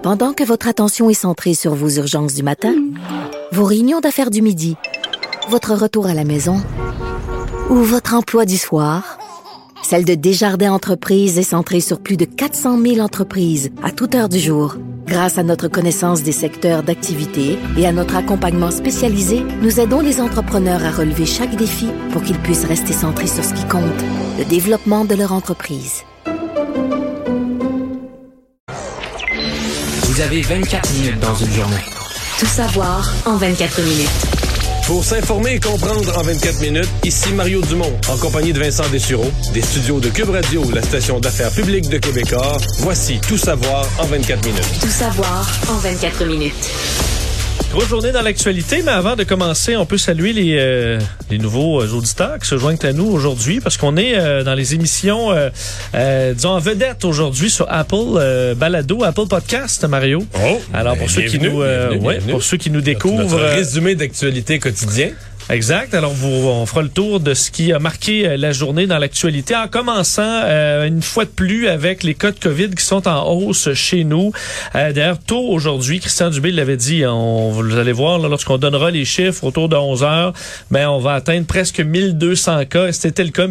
Pendant que votre attention est centrée sur vos urgences du matin, vos réunions d'affaires du midi, votre retour à la maison ou votre emploi du soir, celle de Desjardins Entreprises est centrée sur plus de 400 000 entreprises à toute heure du jour. Grâce à notre connaissance des secteurs d'activité et à notre accompagnement spécialisé, nous aidons les entrepreneurs à relever chaque défi pour qu'ils puissent rester centrés sur ce qui compte, le développement de leur entreprise. Vous avez 24 minutes dans une journée. Tout savoir en 24 minutes. Pour s'informer et comprendre en 24 minutes, ici Mario Dumont, en compagnie de Vincent Dessureau, des studios de Cube Radio, la station d'affaires publique de Québécois. Voici Tout savoir en 24 minutes. Tout savoir en 24 minutes. Grosse journée dans l'actualité, mais avant de commencer, on peut saluer les nouveaux auditeurs qui se joignent à nous aujourd'hui parce qu'on est dans les émissions, disons, en vedette aujourd'hui sur Apple Balado, Apple Podcast, Mario. Oh, alors pour ceux qui nous, bienvenue. Pour ceux qui nous découvrent, notre résumé d'actualité quotidien. Exact. Alors, on fera le tour de ce qui a marqué la journée dans l'actualité, en commençant une fois de plus avec les cas de COVID qui sont en hausse chez nous. D'ailleurs, tôt aujourd'hui, Christian Dubé l'avait dit, vous allez voir, là, lorsqu'on donnera les chiffres autour de 11 heures, on va atteindre presque 1200 cas. C'était le cas,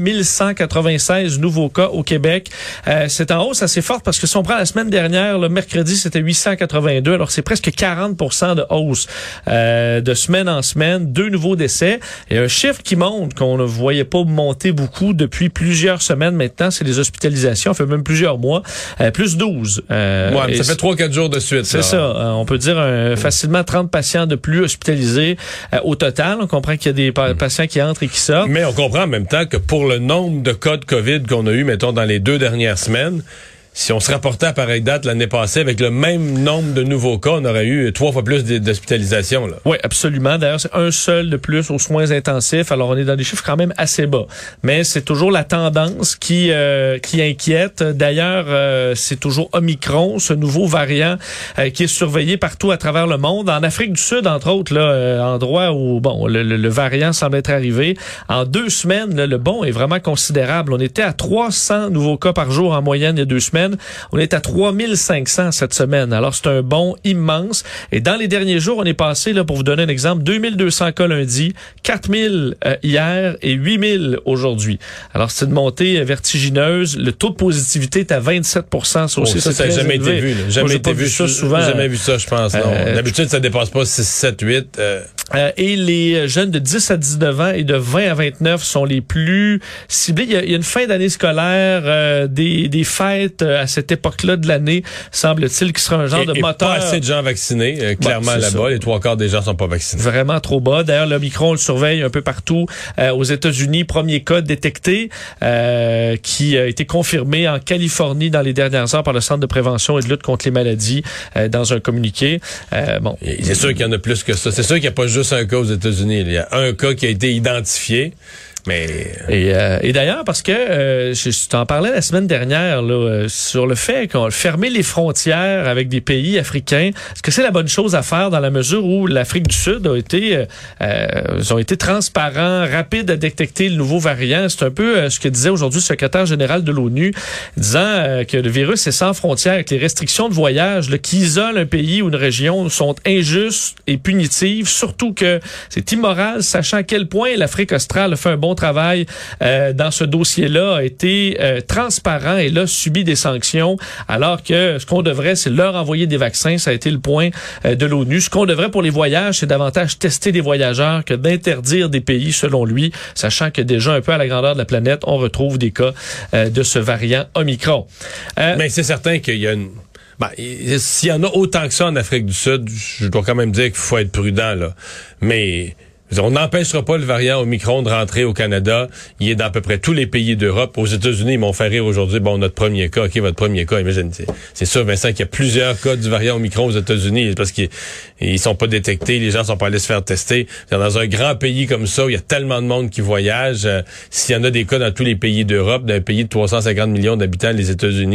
1196 nouveaux cas au Québec. C'est en hausse assez forte parce que si on prend la semaine dernière, le mercredi, c'était 882. Alors, c'est presque 40% de hausse de semaine en semaine. 2 nouveaux décès. Et un chiffre qui monte, qu'on ne voyait pas monter beaucoup depuis plusieurs semaines maintenant, c'est les hospitalisations. Ça fait même plusieurs mois. Plus 12. Mais ça fait 3-4 jours de suite. C'est ça. On peut dire facilement 30 patients de plus hospitalisés au total. On comprend qu'il y a des patients qui entrent et qui sortent. Mais on comprend en même temps que pour le nombre de cas de COVID qu'on a eu, mettons, dans les 2 dernières semaines, si on se rapportait à pareille date l'année passée avec le même nombre de nouveaux cas, on aurait eu 3 fois plus d'hospitalisations. Oui, absolument. D'ailleurs, c'est un seul de plus aux soins intensifs. Alors, on est dans des chiffres quand même assez bas. Mais c'est toujours la tendance qui inquiète. D'ailleurs, c'est toujours Omicron, ce nouveau variant qui est surveillé partout à travers le monde. En Afrique du Sud, entre autres, endroit où le variant semble être arrivé. En 2 semaines, le bond est vraiment considérable. On était à 300 nouveaux cas par jour en moyenne il y a 2 semaines. On est à 3500 cette semaine. Alors, c'est un bond immense. Et dans les derniers jours, on est passé, là, pour vous donner un exemple, 2200 cas lundi, 4000 hier et 8000 aujourd'hui. Alors, c'est une montée vertigineuse. Le taux de positivité est à 27%. Ça aussi, ça n'a jamais été vu. Jamais été vu ça souvent. Jamais vu ça, je pense. D'habitude, ça dépasse pas 6, 7, 8. Et les jeunes de 10 à 19 ans et de 20 à 29 sont les plus ciblés. Il y a une fin d'année scolaire, des fêtes à cette époque-là de l'année, semble-t-il, qui sera un genre de moteur. Pas assez de gens vaccinés, clairement là-bas. Les 3/4 des gens sont pas vaccinés. Vraiment trop bas. D'ailleurs, l'Omicron, on le surveille un peu partout. Aux États-Unis, premier cas détecté qui a été confirmé en Californie dans les dernières heures par le Centre de prévention et de lutte contre les maladies dans un communiqué. C'est sûr qu'il y en a plus que ça. C'est sûr qu'il n'y a pas juste un cas aux États-Unis. Il y a un cas qui a été identifié. Et d'ailleurs, parce que je t'en parlais la semaine dernière là, sur le fait qu'on fermait les frontières avec des pays africains, est-ce que c'est la bonne chose à faire dans la mesure où l'Afrique du Sud ont été transparents, rapides à détecter le nouveau variant? C'est un peu ce que disait aujourd'hui le secrétaire général de l'ONU, disant que le virus est sans frontières, que les restrictions de voyage qui isolent un pays ou une région sont injustes et punitives, surtout que c'est immoral, sachant à quel point l'Afrique australe a fait un bon travail dans ce dossier-là, a été transparent et là subi des sanctions, alors que ce qu'on devrait, c'est leur envoyer des vaccins. Ça a été le point de l'ONU. Ce qu'on devrait pour les voyages, c'est davantage tester des voyageurs que d'interdire des pays, selon lui, sachant que déjà un peu à la grandeur de la planète, on retrouve des cas de ce variant Omicron. Mais c'est certain qu'il y a une... s'il y en a autant que ça en Afrique du Sud, je dois quand même dire qu'il faut être prudent, là. Mais... on n'empêchera pas le variant Omicron de rentrer au Canada. Il est dans à peu près tous les pays d'Europe. Aux États-Unis, ils m'ont fait rire aujourd'hui. Notre premier cas. OK, votre premier cas. Imagine, c'est sûr, Vincent, qu'il y a plusieurs cas du variant Omicron aux États-Unis parce qu'ils sont pas détectés. Les gens sont pas allés se faire tester. Dans un grand pays comme ça, où il y a tellement de monde qui voyage, s'il y en a des cas dans tous les pays d'Europe, d'un pays de 350 millions d'habitants, les États-Unis,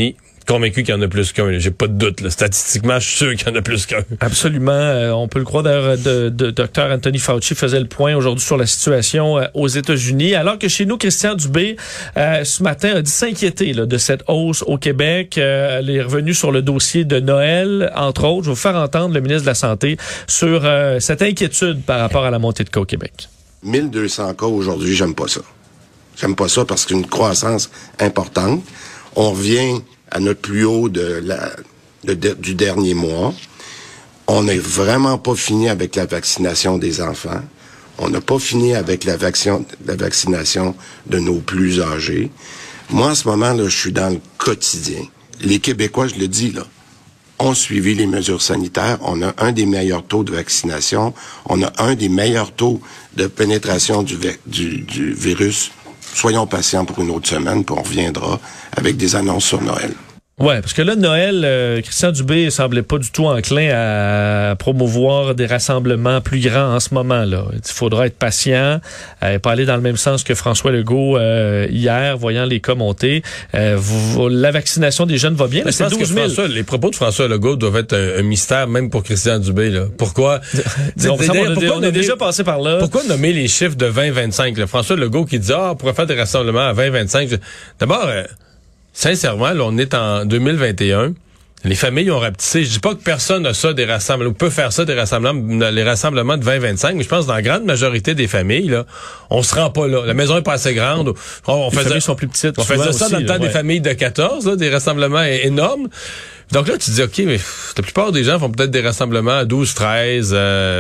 convaincu qu'il y en a plus qu'un. Là. J'ai pas de doute. Là. Statistiquement, je suis sûr qu'il y en a plus qu'un. Absolument. On peut le croire. D'ailleurs, Dr Anthony Fauci faisait le point aujourd'hui sur la situation aux États-Unis. Alors que chez nous, Christian Dubé, ce matin, a dit s'inquiéter de cette hausse au Québec. Elle est revenue sur le dossier de Noël, entre autres. Je vais vous faire entendre le ministre de la Santé sur cette inquiétude par rapport à la montée de cas au Québec. 1200 cas aujourd'hui, j'aime pas ça. J'aime pas ça parce qu'une croissance importante. On revient à notre plus haut du dernier mois. On n'est vraiment pas fini avec la vaccination des enfants. On n'a pas fini avec la vaccination de nos plus âgés. Moi, en ce moment, là, je suis dans le quotidien. Les Québécois, je le dis, là, ont suivi les mesures sanitaires. On a un des meilleurs taux de vaccination. On a un des meilleurs taux de pénétration du virus. Soyons patients pour une autre semaine, puis on reviendra avec des annonces sur Noël. Ouais, parce que là, Noël, Christian Dubé semblait pas du tout enclin à promouvoir des rassemblements plus grands en ce moment-là. Il faudra être patient, pas aller dans le même sens que François Legault hier, voyant les cas monter. La vaccination des jeunes va bien, là, c'est 12 000. Les propos de François Legault doivent être un mystère, même pour Christian Dubé. Là. Pourquoi? On est déjà passé par là. Pourquoi nommer les chiffres de 20-25? François Legault qui dit, on pourrait faire des rassemblements à 20-25. D'abord... Sincèrement, là, on est en 2021. Les familles ont rapetissé. Je dis pas que personne a ça, des rassemblements, ou peut faire ça, les rassemblements de 20-25, mais je pense que dans la grande majorité des familles, là, on se rend pas là. La maison est pas assez grande. Les familles sont plus petites. On faisait ça aussi, dans le temps des familles de 14, là, des rassemblements énormes. Donc là, tu te dis, OK, mais la plupart des gens font peut-être des rassemblements à 12, 13,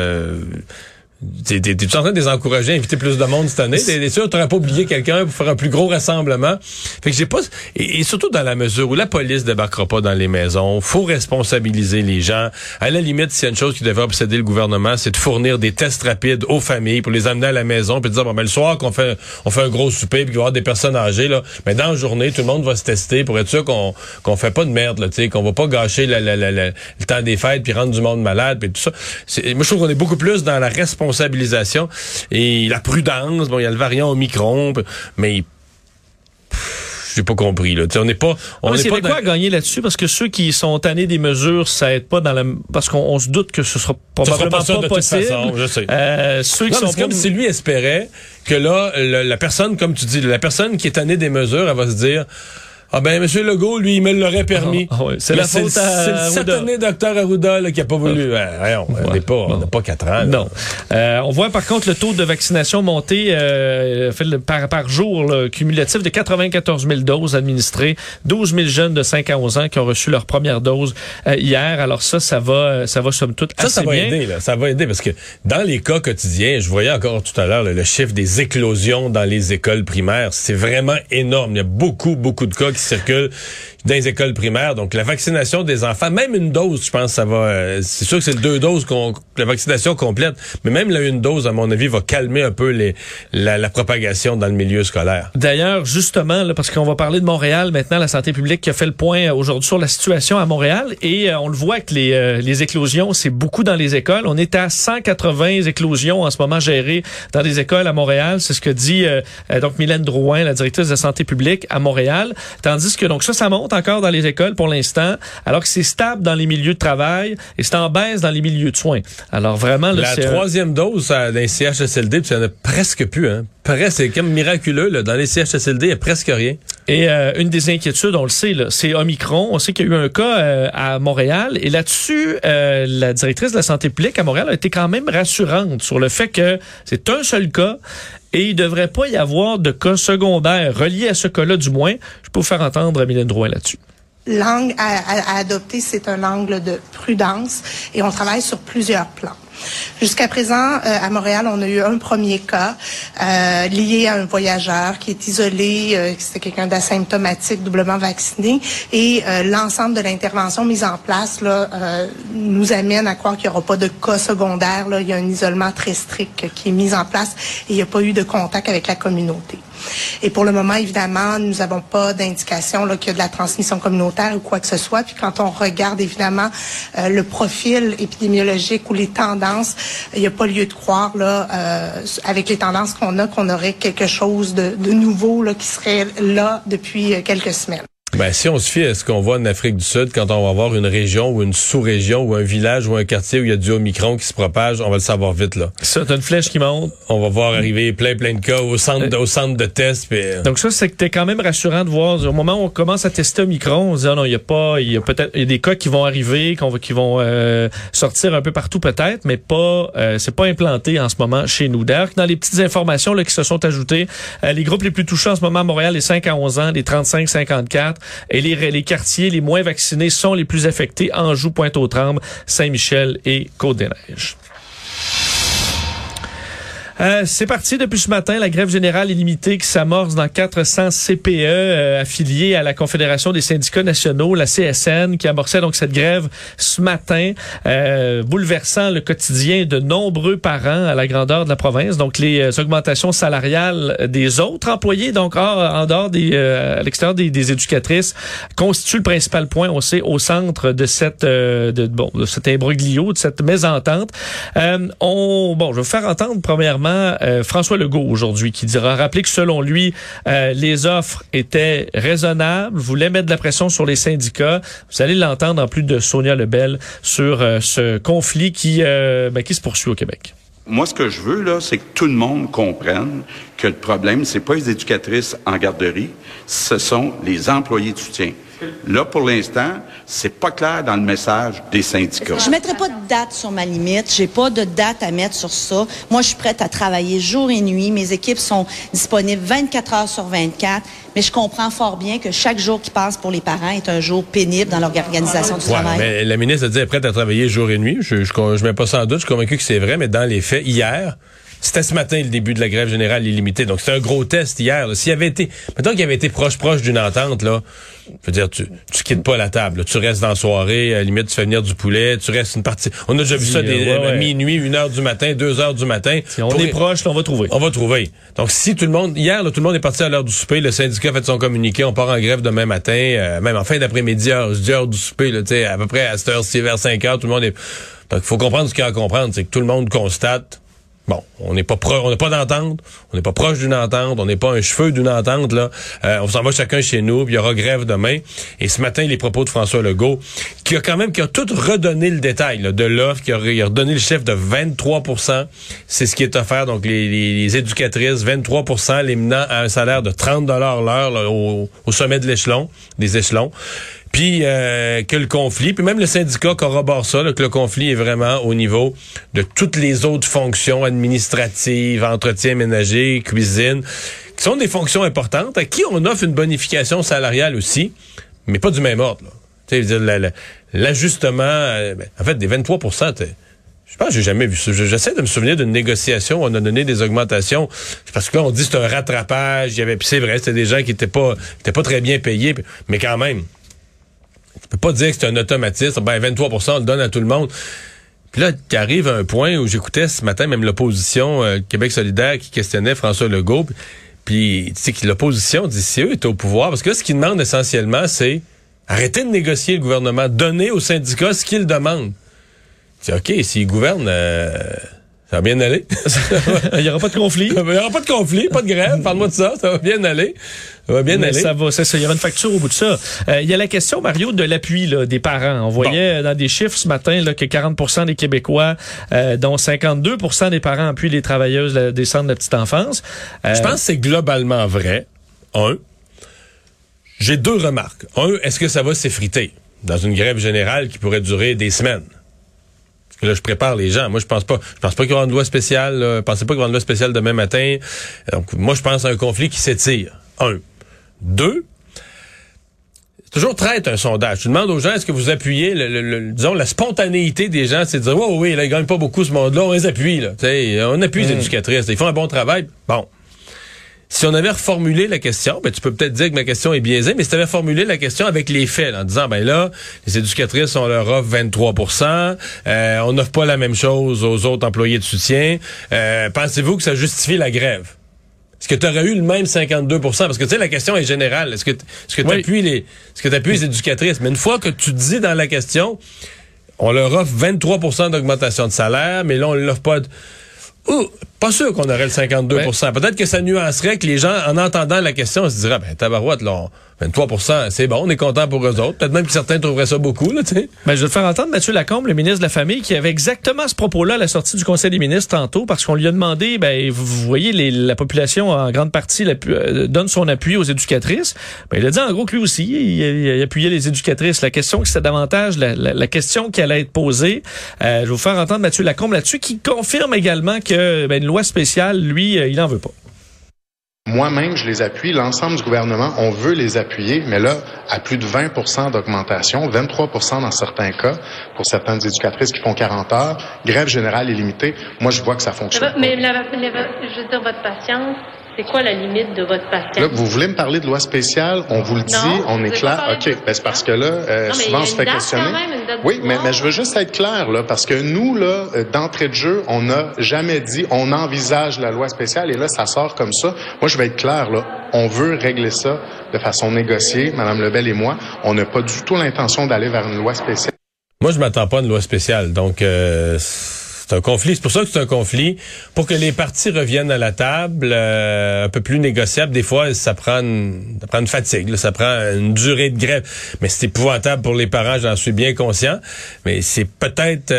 T'es-tu en train de les encourager à inviter plus de monde cette année? T'es sûr que t'aurais pas oublié quelqu'un pour faire un plus gros rassemblement? Fait que j'ai pas... Et surtout dans la mesure où la police débarquera pas dans les maisons, faut responsabiliser les gens. À la limite, s'il y a une chose qui devrait obséder le gouvernement, c'est de fournir des tests rapides aux familles pour les amener à la maison puis de dire, bon, ben, le soir on fait un gros souper puis qu'il va y avoir des personnes âgées, là. Mais dans la journée, tout le monde va se tester pour être sûr qu'on fait pas de merde, là, tu sais, qu'on va pas gâcher le temps des fêtes puis rendre du monde malade puis tout ça. Moi, je trouve qu'on est beaucoup plus dans la responsabilisation et la prudence. Bon, il y a le variant Omicron, mais j'ai pas compris là. T'sais, on n'est pas. C'est quoi à gagner là-dessus parce que ceux qui sont tannés des mesures, ça aide pas parce qu'on se doute que ce sera probablement pas possible. Façon, je sais. Ceux qui sont c'est comme si lui espérait que là, la personne, comme tu dis, la personne qui est tannée des mesures, elle va se dire. Ah ben, M. Legault, lui, il me l'aurait permis. Ouais. C'est la faute à c'est le satané Dr Arruda là, qui a pas voulu. On n'a pas 4 ans. Là. Non. On voit par contre le taux de vaccination monter par jour, là, cumulatif de 94 000 doses administrées. 12 000 jeunes de 5 à 11 ans qui ont reçu leur première dose hier. Alors ça va somme toute assez bien. Aider, là. Ça va aider parce que dans les cas quotidiens, je voyais encore tout à l'heure le chiffre des éclosions dans les écoles primaires. C'est vraiment énorme. Il y a beaucoup de cas qui circulent dans les écoles primaires. Donc, la vaccination des enfants, même une dose, je pense, ça va... c'est sûr que c'est 2 doses, la vaccination complète, mais même là, une dose, à mon avis, va calmer un peu la propagation dans le milieu scolaire. D'ailleurs, justement, là, parce qu'on va parler de Montréal maintenant, la santé publique qui a fait le point aujourd'hui sur la situation à Montréal, et on le voit que les éclosions, c'est beaucoup dans les écoles. On est à 180 éclosions en ce moment gérées dans des écoles à Montréal. C'est ce que dit donc Mylène Drouin, la directrice de la santé publique à Montréal. Tandis que donc ça monte encore dans les écoles pour l'instant, alors que c'est stable dans les milieux de travail et c'est en baisse dans les milieux de soins. Alors vraiment... Là, la troisième dose dans les CHSLD, puis il n'y en a presque plus. Hein. C'est comme miraculeux. Là. Dans les CHSLD, il n'y a presque rien. Et une des inquiétudes, on le sait, là, c'est Omicron. On sait qu'il y a eu un cas à Montréal. Et là-dessus, la directrice de la santé publique à Montréal a été quand même rassurante sur le fait que c'est un seul cas et il ne devrait pas y avoir de cas secondaires reliés à ce cas-là, du moins. Je peux vous faire entendre Mylène Drouin là-dessus. L'angle à adopter, c'est un angle de prudence et on travaille sur plusieurs plans. Jusqu'à présent, à Montréal, on a eu un premier cas lié à un voyageur qui est isolé, c'était quelqu'un d'asymptomatique, doublement vacciné, et l'ensemble de l'intervention mise en place là, nous amène à croire qu'il n'y aura pas de cas secondaires. Là. Il y a un isolement très strict qui est mis en place et il n'y a pas eu de contact avec la communauté. Et pour le moment, évidemment, nous n'avons pas d'indication là, qu'il y a de la transmission communautaire ou quoi que ce soit. Puis quand on regarde, évidemment, le profil épidémiologique ou les tendances, il n'y a pas lieu de croire, là, avec les tendances qu'on aurait quelque chose de nouveau là, qui serait là depuis quelques semaines. Ben, si on se fie à ce qu'on voit en Afrique du Sud, quand on va avoir une région ou une sous-région ou un village ou un quartier où il y a du Omicron qui se propage, on va le savoir vite, là. Ça, t'as une flèche qui monte. On va voir arriver plein de cas au centre de test. Puis, Donc ça, c'est que t'es quand même rassurant de voir, au moment où on commence à tester Omicron, on se dit, non, il y a des cas qui vont arriver, qui vont sortir un peu partout peut-être, mais pas, c'est pas implanté en ce moment chez nous. D'ailleurs, dans les petites informations là, qui se sont ajoutées, les groupes les plus touchés en ce moment à Montréal, les 5 à 11 ans, les 35-54, et les quartiers les moins vaccinés sont les plus affectés, Anjou, Pointe-aux-Trembles, Saint-Michel et Côte-des-Neiges. C'est parti depuis ce matin, la grève générale illimitée qui s'amorce dans 400 CPE affiliés à la Confédération des syndicats nationaux, la CSN, qui amorçait donc cette grève ce matin, bouleversant le quotidien de nombreux parents à la grandeur de la province. Donc les augmentations salariales des autres employés, donc en dehors à l'extérieur des éducatrices, constituent le principal point, on sait, au centre de cet imbroglio, de cette mésentente. Je vais vous faire entendre premièrement François Legault aujourd'hui qui dira rappeler que selon lui les offres étaient raisonnables, voulait mettre de la pression sur les syndicats. Vous allez l'entendre en plus de Sonia Lebel sur ce conflit qui se poursuit au Québec. Moi, ce que je veux, là, c'est que tout le monde comprenne que le problème, c'est pas les éducatrices en garderie, ce sont les employés de soutien. Là, pour l'instant, c'est pas clair dans le message des syndicats. Je mettrai pas de date sur ma limite. J'ai pas de date à mettre sur ça. Moi, je suis prête à travailler jour et nuit. Mes équipes sont disponibles 24 heures sur 24. Mais je comprends fort bien que chaque jour qui passe pour les parents est un jour pénible dans l'organisation du travail. Mais la ministre a dit elle est prête à travailler jour et nuit. Je mets pas ça en doute. Je suis convaincu que c'est vrai. Mais dans les faits, hier, c'était ce matin le début de la grève générale illimitée. Donc, c'était un gros test hier. Là. Mettons qu'il avait été proche d'une entente, là, je veux dire, tu quittes pas la table. Là. Tu restes dans la soirée, à la limite, tu fais venir du poulet, tu restes une partie. On a déjà vu ça minuit, 1h du matin, 2h du matin. Si on est proche, là, on va trouver. On va trouver. Donc, si tout le monde, hier, là, tout le monde est parti à l'heure du souper, le syndicat a fait son communiqué, on part en grève demain matin, même en fin d'après-midi, heure du souper, là, tu sais, à peu près à cette heure-ci, vers 5h, tout le monde est. Donc, il faut comprendre ce qu'il y a à comprendre, c'est que tout le monde constate. Bon, on n'a pas d'entente, on n'est pas proche d'une entente, on n'est pas un cheveu d'une entente, là. On s'en va chacun chez nous, puis il y aura grève demain. Et ce matin, les propos de François Legault, qui a tout redonné le détail là, de l'offre, qui a redonné le chiffre de 23%. C'est ce qui est offert, donc les éducatrices, 23%, les menant à un salaire de 30 $ l'heure là, au sommet de des échelons. Puis que le conflit, puis même le syndicat corrobore ça, là, que le conflit est vraiment au niveau de toutes les autres fonctions administratives, entretien ménager, cuisine, qui sont des fonctions importantes, à qui on offre une bonification salariale aussi, mais pas du même ordre. Tu sais, l'ajustement, en fait, des 23%, je pense que j'ai jamais vu ça. J'essaie de me souvenir d'une négociation où on a donné des augmentations. Parce que là, on dit que c'est un rattrapage. Puis c'est vrai, c'était des gens qui étaient pas très bien payés, mais quand même. Tu peux pas dire que c'est un automatisme. 23%, on le donne à tout le monde. Puis là, tu arrives à un point où j'écoutais ce matin même l'opposition Québec solidaire qui questionnait François Legault. Puis tu sais que l'opposition dit si eux étaient au pouvoir, parce que là, ce qu'ils demandent essentiellement, c'est arrêter de négocier le gouvernement, donner aux syndicats ce qu'ils demandent. Tu dis, OK, s'ils gouvernent, ça va bien aller. Il n'y aura pas de conflit. Il n'y aura pas de conflit, pas de grève. Parle-moi de ça, ça va bien aller. Ça va bien aller. Ça va, il y aura une facture au bout de ça. Il y a la question, Mario, de l'appui là, des parents. On voyait dans des chiffres ce matin là, que 40% des Québécois, dont 52% des parents appuient les travailleuses des centres de la petite enfance. Je pense que c'est globalement vrai. J'ai deux remarques. Est-ce que ça va s'effriter dans une grève générale qui pourrait durer des semaines? Parce que là, je prépare les gens. Moi, je pense pas qu'il y aura une loi spéciale. Je pensais pas qu'il y aura une loi spéciale demain matin. Donc, moi, je pense à un conflit qui s'étire. 2, c'est toujours traite un sondage. Tu demandes aux gens, est-ce que vous appuyez disons, la spontanéité des gens, c'est de dire, oui, là, ils gagnent pas beaucoup ce monde-là, on les appuie, là. T'sais, on appuie les éducatrices. Ils font un bon travail. Bon. Si on avait reformulé la question, tu peux peut-être dire que ma question est biaisée, mais si tu avais formulé la question avec les faits, là, en disant, là, les éducatrices, on leur offre 23%, on n'offre pas la même chose aux autres employés de soutien, pensez-vous que ça justifie la grève? Est-ce que tu aurais eu le même 52%? Parce que, tu sais, la question est générale. Est-ce que tu appuies les éducatrices? Mais une fois que tu dis dans la question, on leur offre 23% d'augmentation de salaire, mais là, on l'offre pas... Pas sûr qu'on aurait le 52 %. Peut-être que ça nuancerait que les gens, en entendant la question, se diraient, tabarouette, là, 23 %, c'est bon, on est content pour eux autres. Peut-être même que certains trouveraient ça beaucoup, là, tu sais. Ben, je vais te faire entendre Mathieu Lacombe, le ministre de la Famille, qui avait exactement ce propos-là à la sortie du Conseil des ministres tantôt, parce qu'on lui a demandé, vous voyez, la population, en grande partie, donne son appui aux éducatrices. Ben, il a dit, en gros, que lui aussi, il appuyait les éducatrices. La question, que c'était davantage la question qui allait être posée. Je vais vous faire entendre Mathieu Lacombe là-dessus, qui confirme également que, une loi spéciale, lui, il n'en veut pas. Moi-même, je les appuie. L'ensemble du gouvernement, on veut les appuyer, mais là, à plus de 20 % d'augmentation, 23 % dans certains cas, pour certaines éducatrices qui font 40 heures, grève générale illimitée, moi, je vois que ça fonctionne. Mais je veux dire, votre patience, c'est quoi la limite de votre patience? Là, vous voulez me parler de loi spéciale? On vous le dit, on est clair. OK, c'est parce que là, souvent, on se fait questionner. Oui, mais je veux juste être clair, là, parce que nous, là, d'entrée de jeu, on n'a jamais dit, on envisage la loi spéciale, et là, ça sort comme ça. Moi, je vais être clair, là. On veut régler ça de façon négociée, Mme Lebel et moi. On n'a pas du tout l'intention d'aller vers une loi spéciale. Moi, je m'attends pas à une loi spéciale, donc c'est un conflit. C'est pour ça que c'est un conflit. Pour que les partis reviennent à la table, un peu plus négociable, des fois, ça prend une fatigue, là, ça prend une durée de grève. Mais c'est épouvantable pour les parents, j'en suis bien conscient. Mais c'est peut-être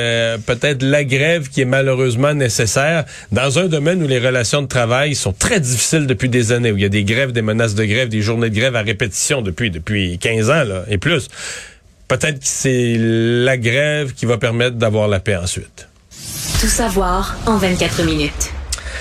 la grève qui est malheureusement nécessaire dans un domaine où les relations de travail sont très difficiles depuis des années, où il y a des grèves, des menaces de grève, des journées de grève à répétition depuis 15 ans là, et plus. Peut-être que c'est la grève qui va permettre d'avoir la paix ensuite. Tout savoir en 24 minutes.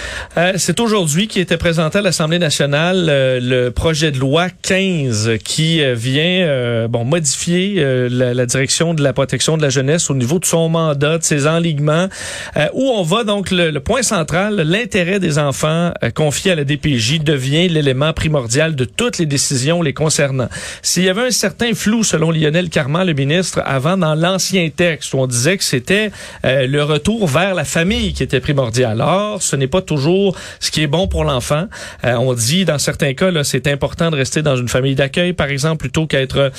C'est aujourd'hui qui était présenté à l'Assemblée nationale le projet de loi 15 qui vient modifier la direction de la protection de la jeunesse au niveau de son mandat, de ses enlignements, où on va donc le point central, l'intérêt des enfants confiés à la DPJ devient l'élément primordial de toutes les décisions les concernant. S'il y avait un certain flou, selon Lionel Carman, le ministre, avant dans l'ancien texte, où on disait que c'était le retour vers la famille qui était primordial. Or, ce n'est pas toujours ce qui est bon pour l'enfant. On dit, dans certains cas, là, c'est important de rester dans une famille d'accueil, par exemple, plutôt qu'à être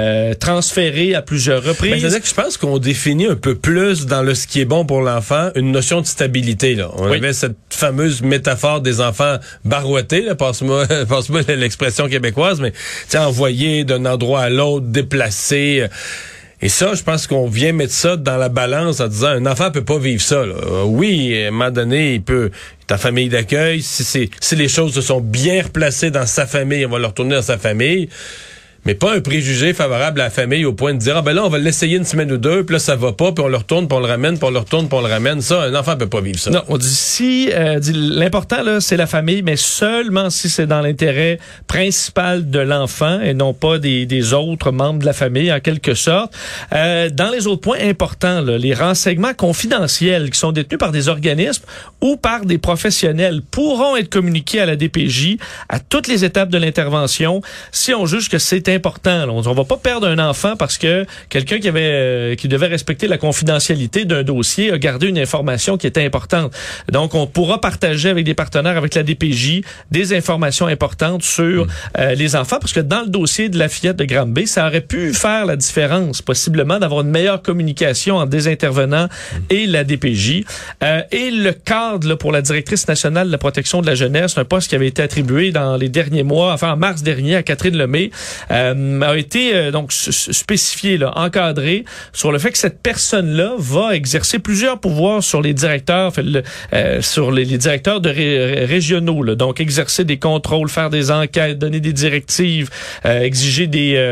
transféré à plusieurs reprises. Mais c'est-à-dire que je pense qu'on définit un peu plus dans ce qui est bon pour l'enfant une notion de stabilité. Là. On avait cette fameuse métaphore des enfants barouettés, là, passe-moi l'expression québécoise, mais envoyés d'un endroit à l'autre, déplacés. Et ça, je pense qu'on vient mettre ça dans la balance en disant un enfant peut pas vivre ça. Là. Oui, à un moment donné, il peut être en famille d'accueil. Si les choses se sont bien replacées dans sa famille, on va le retourner dans sa famille. Mais pas un préjugé favorable à la famille au point de dire là, on va l'essayer une semaine ou deux, puis là, ça va pas, puis on le retourne, puis on le ramène, puis on le retourne, puis on le ramène. Ça, un enfant peut pas vivre ça. Non, on dit l'important, là, c'est la famille, mais seulement si c'est dans l'intérêt principal de l'enfant et non pas des autres membres de la famille, en quelque sorte. Dans les autres points importants, là, les renseignements confidentiels qui sont détenus par des organismes ou par des professionnels pourront être communiqués à la DPJ à toutes les étapes de l'intervention si on juge que c'est important. Là. On va pas perdre un enfant parce que quelqu'un qui devait respecter la confidentialité d'un dossier a gardé une information qui était importante. Donc, on pourra partager avec des partenaires, avec la DPJ, des informations importantes sur les enfants, parce que dans le dossier de la fillette de Granby, ça aurait pu faire la différence, possiblement, d'avoir une meilleure communication entre des intervenants et la DPJ. Et le cadre là, pour la directrice nationale de la protection de la jeunesse, un poste qui avait été attribué dans les derniers mois, en mars dernier, à Catherine Lemay, a été donc spécifié, là, encadré sur le fait que cette personne-là va exercer plusieurs pouvoirs sur les directeurs, sur les directeurs de régionaux, là, donc exercer des contrôles, faire des enquêtes, donner des directives, exiger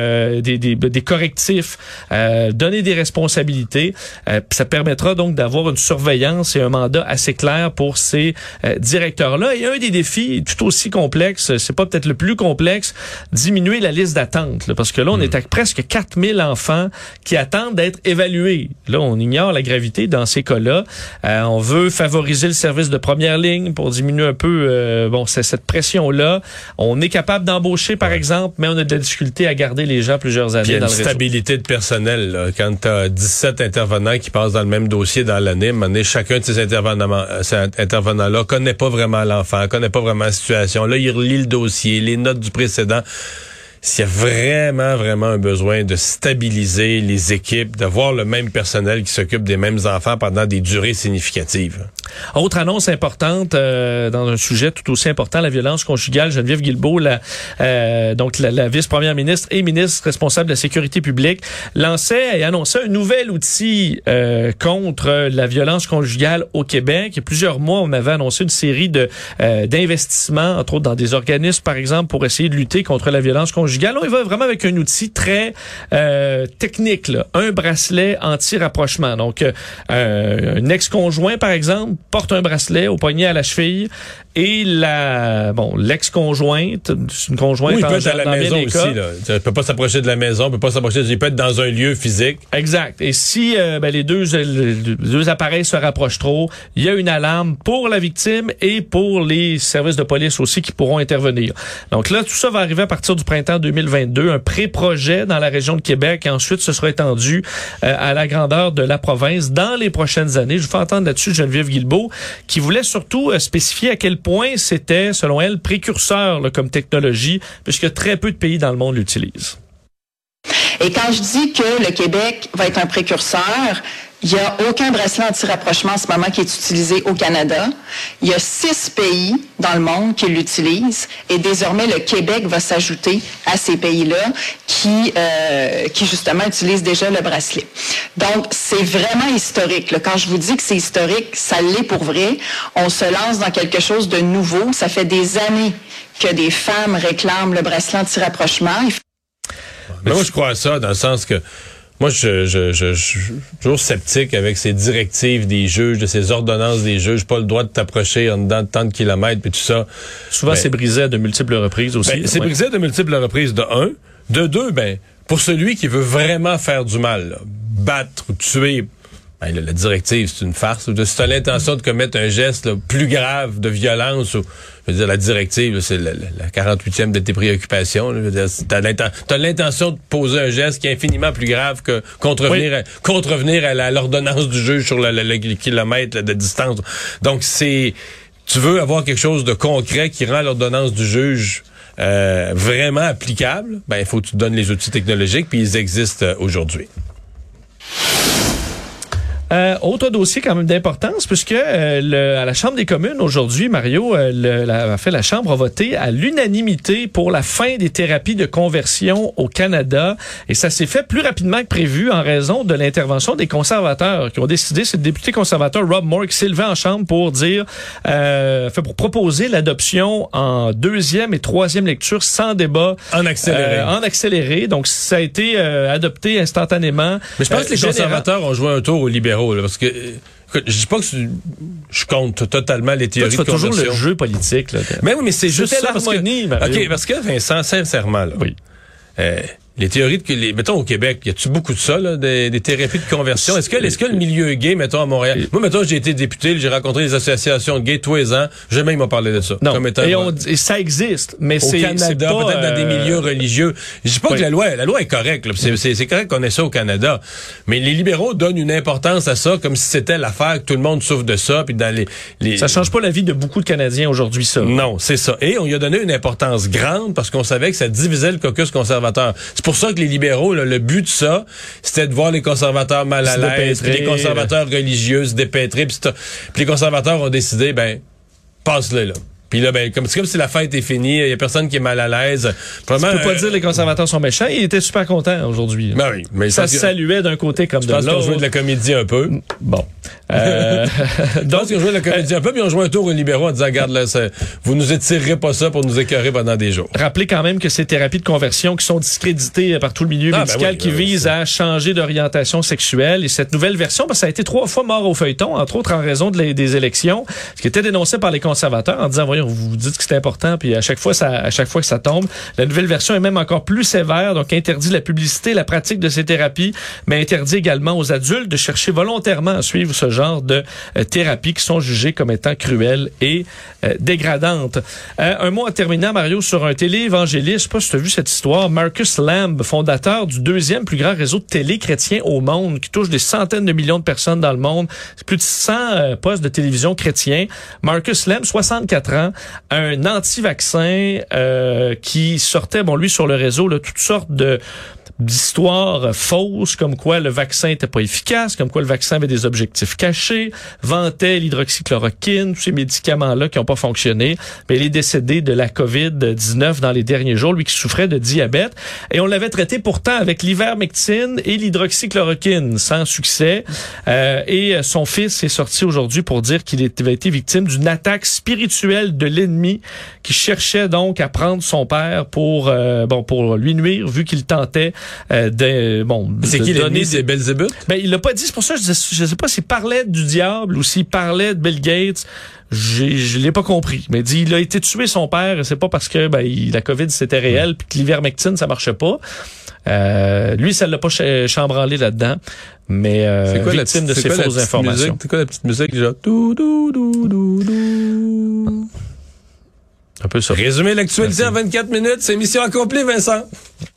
des correctifs, donner des responsabilités. Ça permettra donc d'avoir une surveillance et un mandat assez clair pour ces directeurs-là. Et un des défis tout aussi complexe, c'est pas peut-être le plus complexe, diminuer la liste d'attente. Là, parce que là, on est à presque 4000 enfants qui attendent d'être évalués. Là, on ignore la gravité dans ces cas-là. On veut favoriser le service de première ligne pour diminuer un peu cette pression-là. On est capable d'embaucher, par exemple, mais on a de la difficulté à garder les gens plusieurs années dans le réseau. Il y a une stabilité de personnel. Là. Quand tu as 17 intervenants qui passent dans le même dossier dans l'année, à un moment donné, chacun de ces intervenants-là connaît pas vraiment l'enfant, connaît pas vraiment la situation. Là, il relit le dossier, les notes du précédent. S'il y a vraiment un besoin de stabiliser les équipes, d'avoir le même personnel qui s'occupe des mêmes enfants pendant des durées significatives. Autre annonce importante dans un sujet tout aussi important, la violence conjugale. Geneviève Guilbeault, donc la vice-première ministre et ministre responsable de la sécurité publique, lançait et annonçait un nouvel outil contre la violence conjugale au Québec. Il y a plusieurs mois, on avait annoncé une série d'investissements, entre autres dans des organismes, par exemple, pour essayer de lutter contre la violence conjugale. Là, il va vraiment avec un outil très technique, là. Un bracelet anti-rapprochement. Donc, un ex-conjoint, par exemple, porte un bracelet au poignet, à la cheville, et l'ex-conjointe, une conjointe, oui, il peut être à la maison aussi, là. Il peut pas s'approcher de la maison, il peut être dans un lieu physique. Exact. Et si les deux appareils se rapprochent trop, il y a une alarme pour la victime et pour les services de police aussi qui pourront intervenir. Donc là, tout ça va arriver à partir du printemps 2022, un pré-projet dans la région de Québec, et ensuite ce sera étendu à la grandeur de la province dans les prochaines années. Je vous fais entendre là-dessus Geneviève Guilbeault, qui voulait surtout spécifier à quel point c'était, selon elle, précurseur là, comme technologie, puisque très peu de pays dans le monde l'utilisent. Et quand je dis que le Québec va être un précurseur, il n'y a aucun bracelet anti-rapprochement en ce moment qui est utilisé au Canada. Il y a 6 pays dans le monde qui l'utilisent, et désormais le Québec va s'ajouter à ces pays-là qui justement utilisent déjà le bracelet. Donc c'est vraiment historique, là. Quand je vous dis que c'est historique, ça l'est pour vrai. On se lance dans quelque chose de nouveau. Ça fait des années que des femmes réclament le bracelet anti-rapprochement. Mais moi je crois à ça dans le sens que moi, je suis toujours sceptique avec ces directives des juges, de ces ordonnances des juges, pas le droit de t'approcher en dedans de tant de kilomètres, puis tout ça. Souvent, c'est brisé à de multiples reprises aussi. C'est brisé à de multiples reprises, de un. De deux, pour celui qui veut vraiment faire du mal, là, battre ou tuer, la directive, c'est une farce. Si tu as l'intention de commettre un geste là, plus grave de violence, ou, je veux dire, la directive, là, c'est la 48e de tes préoccupations. Là, je veux dire, t'as l'intention de poser un geste qui est infiniment plus grave que contrevenir à l'ordonnance du juge sur le kilomètre là, de distance. Donc, tu veux avoir quelque chose de concret qui rend l'ordonnance du juge vraiment applicable, il faut que tu te donnes les outils technologiques, puis ils existent aujourd'hui. Autre dossier quand même d'importance, puisque à la Chambre des communes aujourd'hui, Mario, la Chambre a voté à l'unanimité pour la fin des thérapies de conversion au Canada, et ça s'est fait plus rapidement que prévu en raison de l'intervention des conservateurs qui ont décidé. C'est le député conservateur Rob Moore qui s'est levé en Chambre pour pour proposer l'adoption en deuxième et troisième lecture sans débat. En accéléré. Donc ça a été adopté instantanément. Mais je pense que les conservateurs ont joué un tour aux libéraux. Là, parce que écoute, je dis pas que je compte totalement les théories de conversion. Toujours le jeu politique. Là, mais oui, mais c'est juste ça. L'harmonie, parce que Vincent, sincèrement, là, oui. Les théories mettons au Québec, y a-tu beaucoup de ça, là, des thérapies de conversion? Est-ce que le milieu gay, mettons à Montréal, moi, mettons, j'ai été député, j'ai rencontré des associations de gays tous les ans, jamais ils m'ont parlé de ça. Non. Et ça existe, mais au Canada, pas, peut-être dans des milieux religieux. Je dis pas que la loi est correcte, là. C'est correct qu'on ait ça au Canada. Mais les libéraux donnent une importance à ça, comme si c'était l'affaire que tout le monde souffre de ça, puis dans Ça change pas la vie de beaucoup de Canadiens aujourd'hui, ça. Non, c'est ça. Et on y a donné une importance grande parce qu'on savait que ça divisait le caucus conservateur. C'est pour ça que les libéraux, là, le but de ça, c'était de voir les conservateurs mal à l'aise, puis les conservateurs religieux se dépêtrer, puis les conservateurs ont décidé, passe-le, là. Puis là, c'est comme si la fête est finie, il y a personne qui est mal à l'aise. Vraiment, tu peux pas dire que les conservateurs sont méchants, ils étaient super contents aujourd'hui. Ben oui, mais ça se saluait d'un côté comme de l'autre. Je pense qu'ils ont joué de la comédie un peu. Bon. Donc, ils ont joué de la comédie un peu, puis ils ont joué un tour aux libéraux en disant, regarde, là, vous nous étirerez pas ça pour nous écœurer pendant des jours. Rappelez quand même que ces thérapies de conversion qui sont discréditées par tout le milieu médical, qui visent à changer d'orientation sexuelle, et cette nouvelle version, ça a été 3 fois mort au feuilleton, entre autres en raison des élections, ce qui était dénoncé par les conservateurs en disant, vous dites que c'est important, puis à chaque fois que ça tombe. La nouvelle version est même encore plus sévère, donc interdit la publicité, la pratique de ces thérapies, mais interdit également aux adultes de chercher volontairement à suivre ce genre de thérapies qui sont jugées comme étant cruelles et dégradantes. Un mot en terminant, Mario, sur un télé-évangéliste. Je sais pas si tu as vu cette histoire. Marcus Lamb, fondateur du 2e plus grand réseau de télé chrétien au monde, qui touche des centaines de millions de personnes dans le monde. C'est plus de 100 postes de télévision chrétiens. Marcus Lamb, 64 ans, un anti-vaccin qui sortait, lui, sur le réseau, là, toutes sortes de d'histoires fausses, comme quoi le vaccin était pas efficace, comme quoi le vaccin avait des objectifs cachés, vantait l'hydroxychloroquine, tous ces médicaments-là qui n'ont pas fonctionné. Mais il est décédé de la COVID-19 dans les derniers jours, lui qui souffrait de diabète. Et on l'avait traité pourtant avec l'ivermectine et l'hydroxychloroquine, sans succès. Et son fils est sorti aujourd'hui pour dire qu'il avait été victime d'une attaque spirituelle de l'ennemi qui cherchait donc à prendre son père pour lui nuire, vu qu'il tentait c'est qui l'ennemi, c'est Belzébuth? Ben, il l'a pas dit, c'est pour ça que je sais pas s'il parlait du diable ou s'il parlait de Bill Gates. Je l'ai pas compris. Mais dit, il a été tué son père, et c'est pas parce que la COVID c'était réel puis que l'ivermectine ça marchait pas. Lui, ça l'a pas chambranlé là-dedans. Mais c'est quoi victime de ces fausses informations. C'est quoi la petite musique genre dou dou dou dou dou. Un peu ça. Résumer l'actualité en 24 minutes, c'est mission accomplie, Vincent.